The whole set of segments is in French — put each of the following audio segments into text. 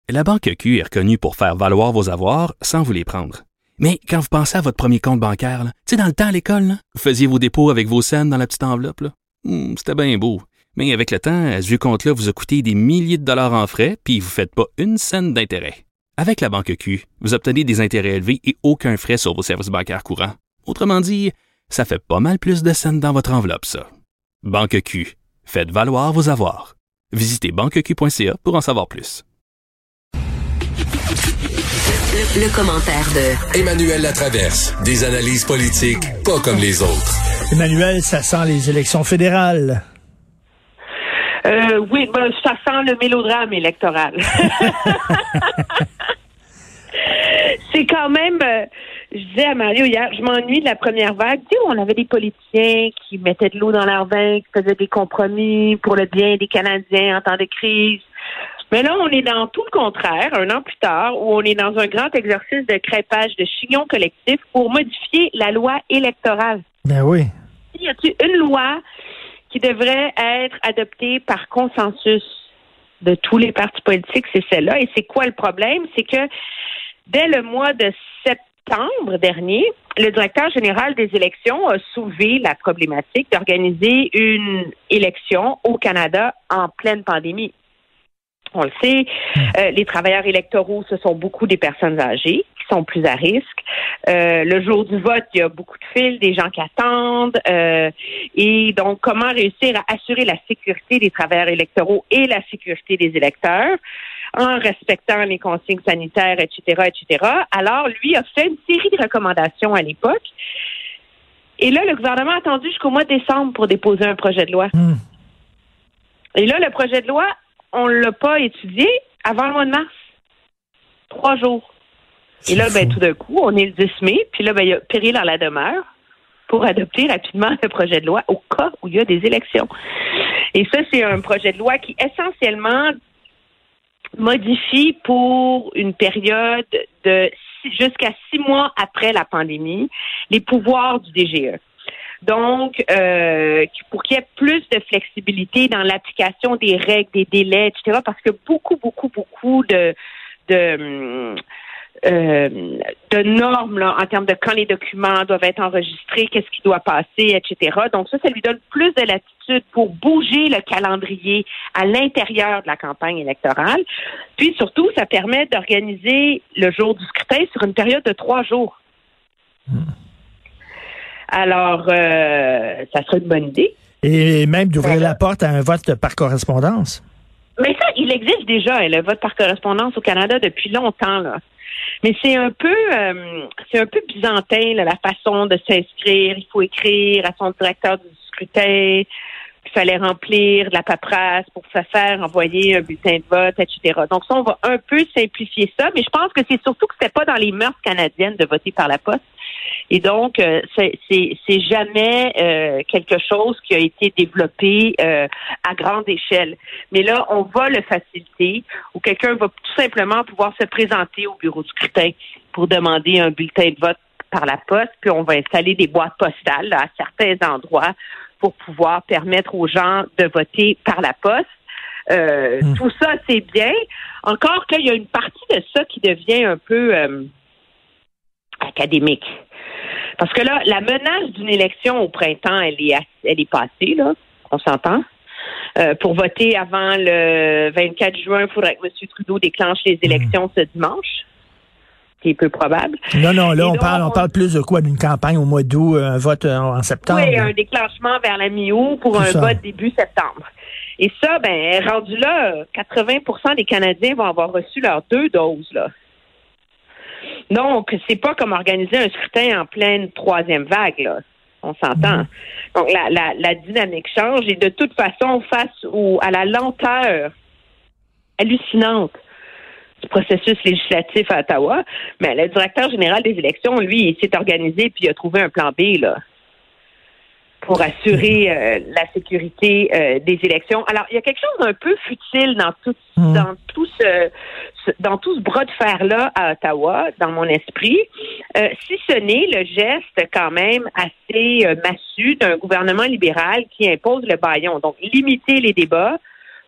La Banque Q est reconnue pour faire valoir vos avoirs sans vous les prendre. Mais quand vous pensez à votre premier compte bancaire, tu sais, dans le temps à l'école, là, vous faisiez vos dépôts avec vos scènes dans la petite enveloppe. Là. C'était bien beau. Mais avec le temps, ce vieux compte-là vous a coûté des milliers de dollars en frais, puis vous ne faites pas une scène d'intérêt. Avec la Banque Q, vous obtenez des intérêts élevés et aucun frais sur vos services bancaires courants. Autrement dit, ça fait pas mal plus de scènes dans votre enveloppe, ça. Banque Q. Faites valoir vos avoirs. Visitez banqueq.ca pour en savoir plus. Le commentaire de Emmanuel Latraverse. Des analyses politiques pas comme les autres. Emmanuel, ça sent les élections fédérales. Oui, ça sent le mélodrame électoral. C'est quand même, je disais à Mario hier, je m'ennuie de la première vague. Tu sais, où on avait des politiciens qui mettaient de l'eau dans leur vin, qui faisaient des compromis pour le bien des Canadiens en temps de crise. Mais là, on est dans tout le contraire, un an plus tard, où on est dans un grand exercice de crêpage de chignon collectif pour modifier la loi électorale. Ben oui. Y a-t-il une loi qui devrait être adoptée par consensus de tous les partis politiques? C'est celle-là. Et c'est quoi le problème? C'est que dès le mois de septembre dernier, le directeur général des élections a soulevé la problématique d'organiser une élection au Canada en pleine pandémie. On le sait, les travailleurs électoraux, ce sont beaucoup des personnes âgées qui sont plus à risque. Le jour du vote, il y a beaucoup de files, des gens qui attendent. Et donc, comment réussir à assurer la sécurité des travailleurs électoraux et la sécurité des électeurs en respectant les consignes sanitaires, etc., etc. Alors, lui a fait une série de recommandations à l'époque. Et là, le gouvernement a attendu jusqu'au mois de décembre pour déposer un projet de loi. Et là, le projet de loi, on l'a pas étudié avant le mois de mars. 3 jours. Et là, tout d'un coup, on est le 10 mai, puis là, il y a péril dans la demeure pour adopter rapidement le projet de loi au cas où il y a des élections. Et ça, c'est un projet de loi qui, essentiellement, modifie pour une période de jusqu'à 6 mois après la pandémie les pouvoirs du DGE. Donc, pour qu'il y ait plus de flexibilité dans l'application des règles, des délais, etc., parce que beaucoup de normes là, en termes de quand les documents doivent être enregistrés, qu'est-ce qui doit passer, etc. Donc ça lui donne plus de latitude pour bouger le calendrier à l'intérieur de la campagne électorale. Puis surtout, ça permet d'organiser le jour du scrutin sur une période de 3 jours. Alors, ça serait une bonne idée. Et même d'ouvrir la porte à un vote par correspondance. Mais ça, il existe déjà, le vote par correspondance au Canada depuis longtemps, là. Mais c'est un peu byzantin, là, la façon de s'inscrire. Il faut écrire à son directeur du scrutin. Il fallait remplir de la paperasse pour se faire envoyer un bulletin de vote, etc. Donc ça, on va un peu simplifier ça, mais je pense que c'est surtout que c'était pas dans les mœurs canadiennes de voter par la poste. Et donc, c'est jamais quelque chose qui a été développé à grande échelle. Mais là, on va le faciliter, où quelqu'un va tout simplement pouvoir se présenter au bureau du scrutin pour demander un bulletin de vote par la poste, puis on va installer des boîtes postales là, à certains endroits pour pouvoir permettre aux gens de voter par la poste. Tout ça, c'est bien. Encore qu'il y a une partie de ça qui devient un peu académique. Parce que là, la menace d'une élection au printemps, elle est passée, là. On s'entend. Pour voter avant le 24 juin, il faudrait que M. Trudeau déclenche les élections ce dimanche. C'est peu probable. Non, là, on parle plus de quoi? D'une campagne au mois d'août, un vote en septembre? Oui, un déclenchement vers la mi-août pour un vote début septembre. Et ça, rendu là, 80% des Canadiens vont avoir reçu leurs 2 doses, là. Donc, c'est pas comme organiser un scrutin en pleine 3e vague, là. On s'entend. Donc, la dynamique change et de toute façon, face à la lenteur hallucinante du processus législatif à Ottawa, mais le directeur général des élections, lui, il s'est organisé puis il a trouvé un plan B, là, pour assurer la sécurité des élections. Alors, il y a quelque chose d'un peu futile dans tout ce bras de fer-là à Ottawa, dans mon esprit, si ce n'est le geste quand même assez massu d'un gouvernement libéral qui impose le bâillon. Donc, limiter les débats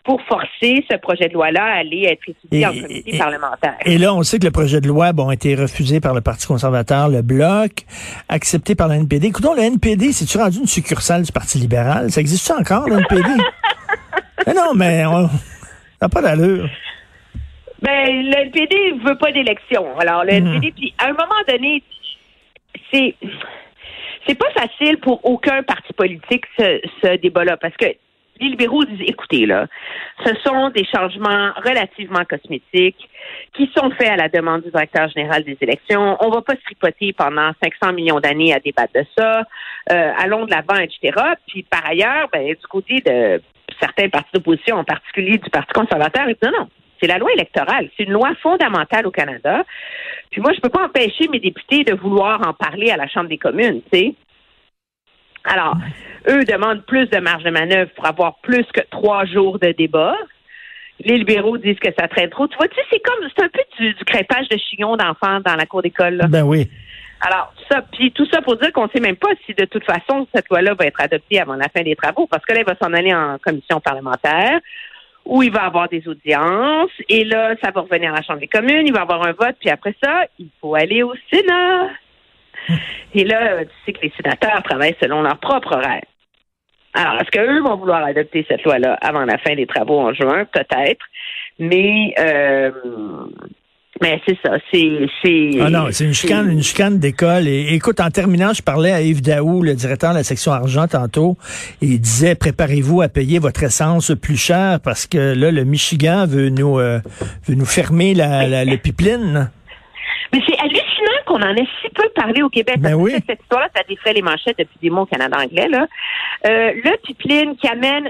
pour forcer ce projet de loi-là à aller être étudié en comité parlementaire. Et là, on sait que le projet de loi a été refusé par le Parti conservateur, le Bloc, accepté par la NPD. Écoutons, le NPD, c'est-tu rendu une succursale du Parti libéral? Ça existe encore, le NPD? Non, mais ça n'a pas d'allure. Ben, le NPD veut pas d'élection. Alors, le NPD, puis à un moment donné, c'est pas facile pour aucun parti politique ce débat-là, parce que les libéraux disent, écoutez, là, ce sont des changements relativement cosmétiques qui sont faits à la demande du directeur général des élections. On va pas se tripoter pendant 500 millions d'années à débattre de ça. Allons de l'avant, etc. Puis, par ailleurs, ben, du côté de certains partis d'opposition, en particulier du Parti conservateur, ils disent non. C'est la loi électorale. C'est une loi fondamentale au Canada. Puis moi, je peux pas empêcher mes députés de vouloir en parler à la Chambre des communes, tu sais. Alors, eux demandent plus de marge de manœuvre pour avoir plus que 3 jours de débat. Les libéraux disent que ça traîne trop. Tu vois, tu sais, c'est un peu du crêpage de chignons d'enfants dans la cour d'école, là. Ben oui. Alors, puis tout ça pour dire qu'on ne sait même pas si de toute façon cette loi-là va être adoptée avant la fin des travaux, parce que là, elle va s'en aller en commission parlementaire, où il va avoir des audiences, et là, ça va revenir à la Chambre des communes, il va y avoir un vote, puis après ça, il faut aller au Sénat. Et là, tu sais que les sénateurs travaillent selon leurs propres règles. Alors, est-ce qu'eux vont vouloir adopter cette loi-là avant la fin des travaux en juin? Peut-être. Mais c'est ça. Ah non, c'est une chicane d'école. Et écoute, en terminant, je parlais à Yves Daou, le directeur de la section argent tantôt, et il disait, préparez-vous à payer votre essence plus cher parce que là, le Michigan veut nous fermer le pipeline. Mais c'est hallucinant qu'on en ait si peu parlé au Québec. Ben oui. Cette histoire-là, ça défait les manchettes depuis des mois au Canada anglais, là. Le pipeline qui amène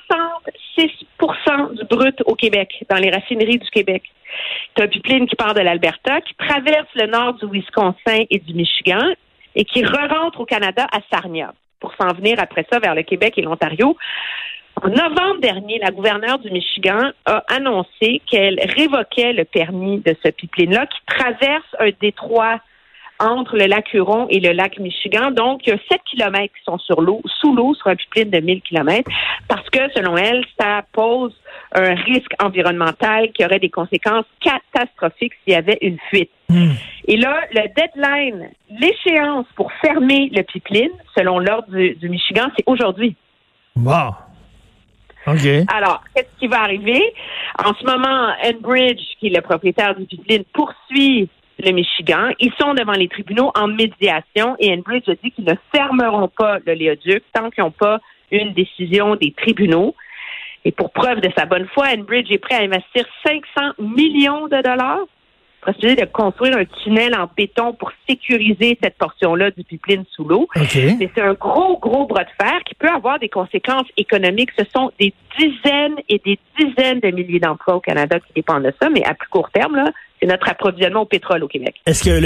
66% du brut au Québec, dans les raffineries du Québec. C'est un pipeline qui part de l'Alberta, qui traverse le nord du Wisconsin et du Michigan et qui re-rentre au Canada à Sarnia pour s'en venir après ça vers le Québec et l'Ontario. En novembre dernier, la gouverneure du Michigan a annoncé qu'elle révoquait le permis de ce pipeline-là qui traverse un détroit entre le lac Huron et le lac Michigan. Donc, il y a 7 kilomètres qui sont sous l'eau sur un pipeline de 1000 kilomètres parce que, selon elle, ça pose un risque environnemental qui aurait des conséquences catastrophiques s'il y avait une fuite. Et là, le deadline, l'échéance pour fermer le pipeline, selon l'ordre du Michigan, c'est aujourd'hui. Wow. OK. Alors, qu'est-ce qui va arriver? En ce moment, Enbridge, qui est le propriétaire du pipeline, poursuit le Michigan. Ils sont devant les tribunaux en médiation et Enbridge a dit qu'ils ne fermeront pas l'oléoduc tant qu'ils n'ont pas une décision des tribunaux. Et pour preuve de sa bonne foi, Enbridge est prêt à investir 500 millions de dollars pour essayer de construire un tunnel en béton pour sécuriser cette portion-là du pipeline sous l'eau. Okay. Mais c'est un gros bras de fer qui peut avoir des conséquences économiques. Ce sont des dizaines et des dizaines de milliers d'emplois au Canada qui dépendent de ça, mais à plus court terme, là, c'est notre approvisionnement au pétrole au Québec. Est-ce que le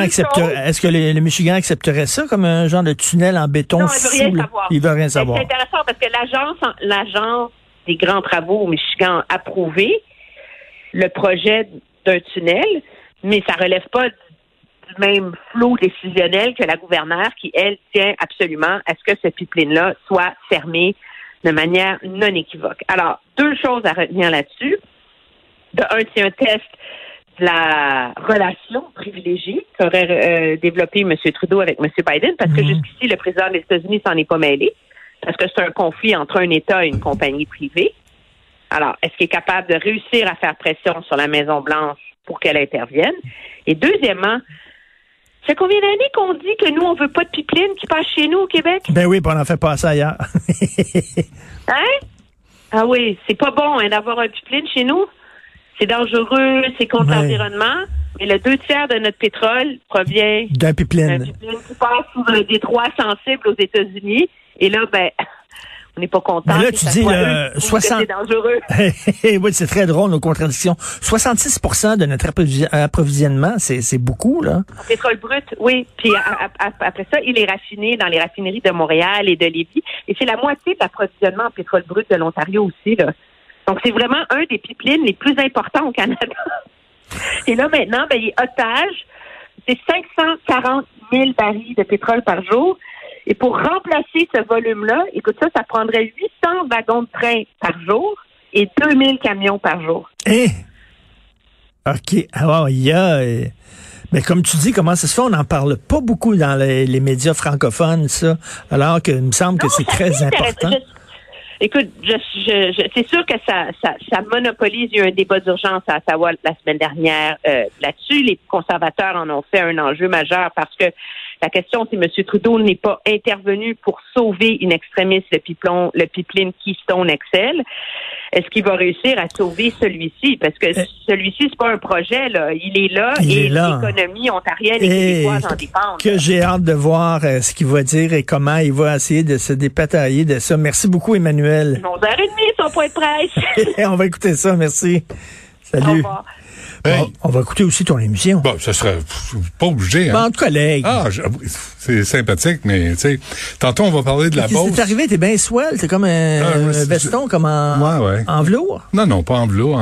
Michigan accepterait ça comme un genre de tunnel en béton? Non, il veut rien savoir. C'est intéressant parce que l'agence des grands travaux au Michigan a approuvé le projet d'un tunnel, mais ça relève pas du même flot décisionnel que la gouverneure qui, elle, tient absolument à ce que ce pipeline-là soit fermé de manière non équivoque. Alors, 2 choses à retenir là-dessus. De un, c'est un test de la relation privilégiée qu'aurait développé M. Trudeau avec M. Biden, parce que jusqu'ici, le président des États-Unis s'en est pas mêlé, parce que c'est un conflit entre un État et une compagnie privée. Alors, est-ce qu'il est capable de réussir à faire pression sur la Maison-Blanche pour qu'elle intervienne? Et deuxièmement, c'est combien d'années qu'on dit que nous, on veut pas de pipeline qui passe chez nous au Québec? Ben oui, puis on en fait passer ailleurs. Hein? Ah oui, c'est pas bon d'avoir un pipeline chez nous. C'est dangereux, c'est contre l'environnement. Mais le 2/3 de notre pétrole provient d'un pipeline qui passe sous un détroit sensible aux États-Unis. Et là, on n'est pas content. Mais là, tu dis 60. C'est dangereux. Oui, c'est très drôle, nos contradictions. 66% de notre approvisionnement, c'est beaucoup, là. En pétrole brut, oui. Puis après ça, il est raffiné dans les raffineries de Montréal et de Lévis. Et c'est la moitié de l'approvisionnement en pétrole brut de l'Ontario aussi, là. Donc, c'est vraiment un des pipelines les plus importants au Canada. Et là, maintenant, il est otage. C'est 540 000 barils de pétrole par jour. Et pour remplacer ce volume-là, écoute ça prendrait 800 wagons de train par jour et 2000 camions par jour. Hein? OK. Alors, il y a... mais comme tu dis, comment ça se fait? On n'en parle pas beaucoup dans les médias francophones, ça, alors qu'il me semble que c'est très important. Écoute, c'est sûr que ça monopolise. Il y a eu un débat d'urgence à Ottawa la semaine dernière là-dessus. Les conservateurs en ont fait un enjeu majeur parce que la question, c'est M. Trudeau n'est pas intervenu pour sauver in extremis le pipeline Keystone XL. Est-ce qu'il va réussir à sauver celui-ci? Parce que celui-ci, c'est pas un projet, là. Il est là et l'économie ontarienne et québécoise en dépendent. Que j'ai hâte de voir ce qu'il va dire et comment il va essayer de se dépatailler de ça. Merci beaucoup, Emmanuel. 11h30, son point de presse. On va écouter ça, merci. Salut. Au revoir. Bon, on va écouter aussi ton émission. Bon, ça serait pas obligé. Hein? Entre collègues. Ah, c'est sympathique, mais tu sais, tantôt on va parler de la Beauce. Qu'est-ce qui t'est arrivé? T'es bien swell. T'es comme un veston, comme en velours. Non, pas en velours,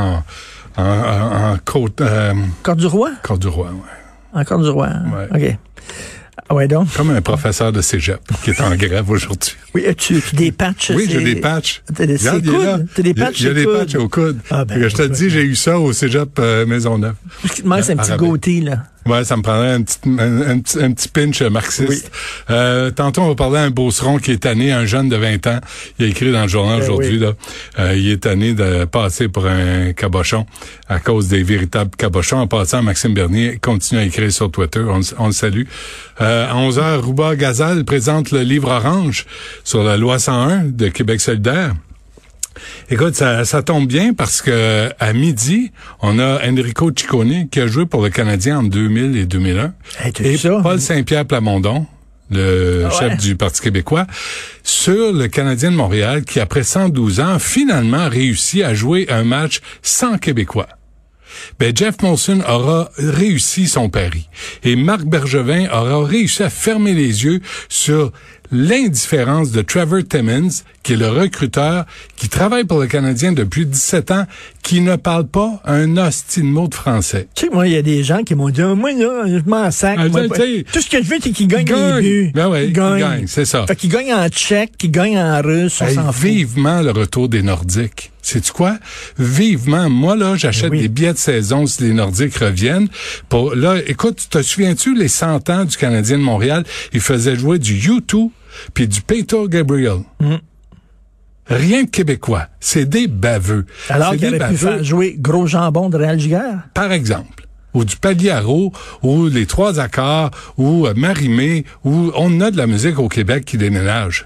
en côte. Corde du Roi? Corde du Roi, ouais. En Corde du Roi. Ouais. OK. Ah ouais, donc? Comme un professeur de cégep qui est en grève aujourd'hui. Oui, as-tu des patchs? Oui, j'ai des patchs. T'as des coudes? T'as des patchs? J'ai des patchs au coude. Ah, ben, je te dis, j'ai eu ça au cégep Maisonneuve. Ce qui te manque, c'est un petit goatee, là. Ouais, ça me prendrait un petit pinch marxiste. Oui. Tantôt, on va parler d'un beauceron qui est tanné, un jeune de 20 ans. Il a écrit dans le journal aujourd'hui, là. Il est tanné de passer pour un cabochon à cause des véritables cabochons. En passant, Maxime Bernier continue à écrire sur Twitter. On le salue. À 11h, Rouba Gazal présente le livre orange sur la loi 101 de Québec solidaire. Écoute, ça tombe bien parce que à midi, on a Enrico Ciccone qui a joué pour le Canadien en 2000 et 2001. Et Paul Saint-Pierre Plamondon, le chef du Parti québécois, sur le Canadien de Montréal qui, après 112 ans, finalement réussi à jouer un match sans Québécois. Ben, Jeff Molson aura réussi son pari. Et Marc Bergevin aura réussi à fermer les yeux sur l'indifférence de Trevor Timmins, qui est le recruteur, qui travaille pour le Canadien depuis 17 ans, qui ne parle pas un hostie de mot de français. Tu sais, moi, il y a des gens qui m'ont dit, moi, là, je m'en sac. Tout ce que je veux, c'est qu'il gagne les buts. Ben oui, il gagne, c'est ça. Fait qu'il gagne en tchèque, qu'il gagne en russe, on s'en fout. Vivement le retour des Nordiques. Sais-tu quoi? Vivement. Moi, là, j'achète des billets de saison si les Nordiques reviennent. Là, écoute, te souviens-tu, les 100 ans du Canadien de Montréal, ils faisaient jouer du U2 puis du Peter Gabriel. Rien de québécois. C'est des baveux. Alors qu'il aurait pu faire jouer Gros Jambon de Réal Giguère? Par exemple. Ou du Pagliaro, ou les Trois Accords, ou Marimé, ou on a de la musique au Québec qui déménage.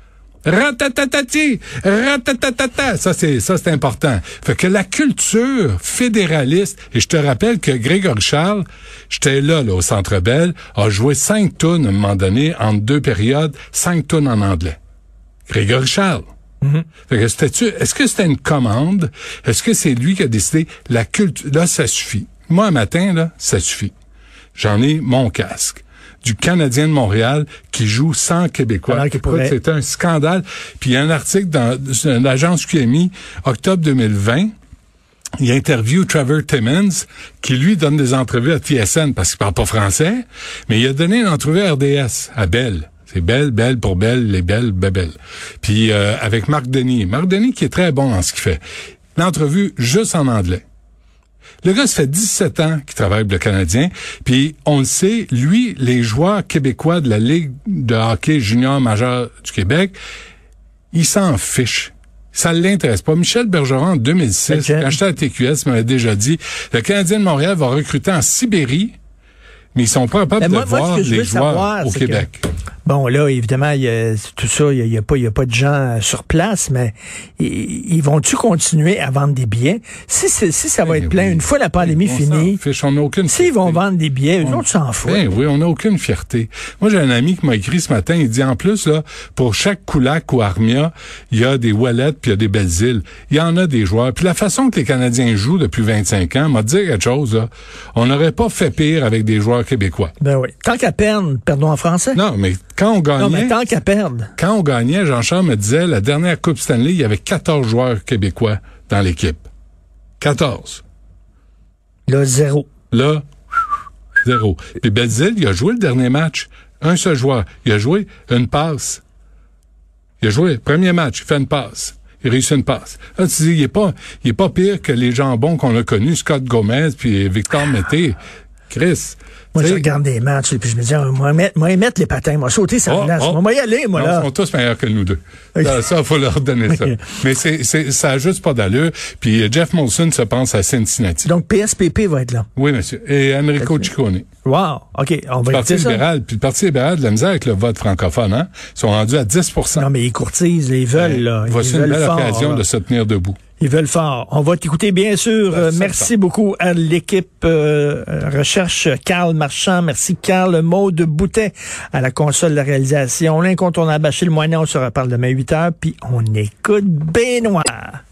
Ratatatati, ratatatata. Ça c'est important. Fait que la culture fédéraliste, et je te rappelle que Grégory Charles, j'étais là au Centre Bell, a joué 5 tunes à un moment donné, entre 2 périodes, 5 tunes en anglais. Grégory Charles. Fait que est-ce que c'était une commande? Est-ce que c'est lui qui a décidé la culture? Là, ça suffit. Moi, un matin, là, ça suffit. J'en ai mon casque. Du Canadien de Montréal qui joue sans Québécois. C'est un scandale. Puis il y a un article dans l'agence QMI, octobre 2020. Il interviewe Trevor Timmins, qui lui donne des entrevues à TSN parce qu'il parle pas français, mais il a donné une entrevue à RDS, à Bell. C'est Belle pour Belle, les Belles, Bébel. Puis avec Marc Denis. Marc Denis qui est très bon dans ce qu'il fait. L'entrevue juste en anglais. Le gars, ça fait 17 ans qu'il travaille pour le Canadien, puis on le sait, lui, les joueurs québécois de la Ligue de hockey junior majeur du Québec, ils s'en fichent. Ça l'intéresse pas. Michel Bergeron, en 2006, quand j'étais à TQS, m'avait déjà dit, le Canadien de Montréal va recruter en Sibérie, mais ils sont pas capables de voir les joueurs au Québec. Bon, là, évidemment, il y a tout ça, il y a pas de gens sur place, mais ils vont-tu continuer à vendre des billets? Si ça va être plein, une fois la pandémie finie, on n'a aucune fierté. S'ils vont vendre des billets, eux autres s'en foutent. Oui, on n'a aucune fierté. Moi, j'ai un ami qui m'a écrit ce matin, il dit, en plus, là, pour chaque Coulac ou Armia, il y a des Ouellettes puis il y a des Belles-Îles. Il y en a des joueurs. Puis la façon que les Canadiens jouent depuis 25 ans, m'a dit quelque chose, là. On n'aurait pas fait pire avec des joueurs québécois. Ben oui. Tant qu'à perdre, perdons en français. Non, mais quand on gagnait... Non, mais tant qu'à perdre. Quand on gagnait, Jean-Charles me disait, la dernière Coupe Stanley, il y avait 14 joueurs québécois dans l'équipe. 14. Là, 0. Là, 0. Puis Belzile, il a joué le dernier match. Un seul joueur. Il a joué une passe. Il a joué le premier match, il fait une passe. il réussit une passe. Là, tu dis, il est pas pire que les jambons qu'on a connus, Scott Gomez puis Victor Mété. Chris. Moi, je regarde des matchs, et puis je me dis, moi, mettre les patins, moi, sauter sa glace. Moi, y aller, moi, là. Ils sont tous meilleurs que nous deux. Ça, faut leur donner ça. Mais ça a juste pas d'allure. Puis Jeff Molson se pense à Cincinnati. Donc, PSPP va être là. Oui, monsieur. Et Enrico Ciccone. Wow. OK. On va Parti libéral. Puis le Parti libéral de la misère avec le vote francophone, hein. Ils sont rendus à 10%. Non, mais ils courtisent, ils veulent, là. Voici une belle occasion de se tenir debout. Ils veulent fort. On va t'écouter, bien sûr. Merci beaucoup à l'équipe recherche Carl Marchand. Merci Carl. Maude Boutet à la console de réalisation. L'incontournable Achille Moinet, on se reparle demain 8h. Puis on écoute Benoît.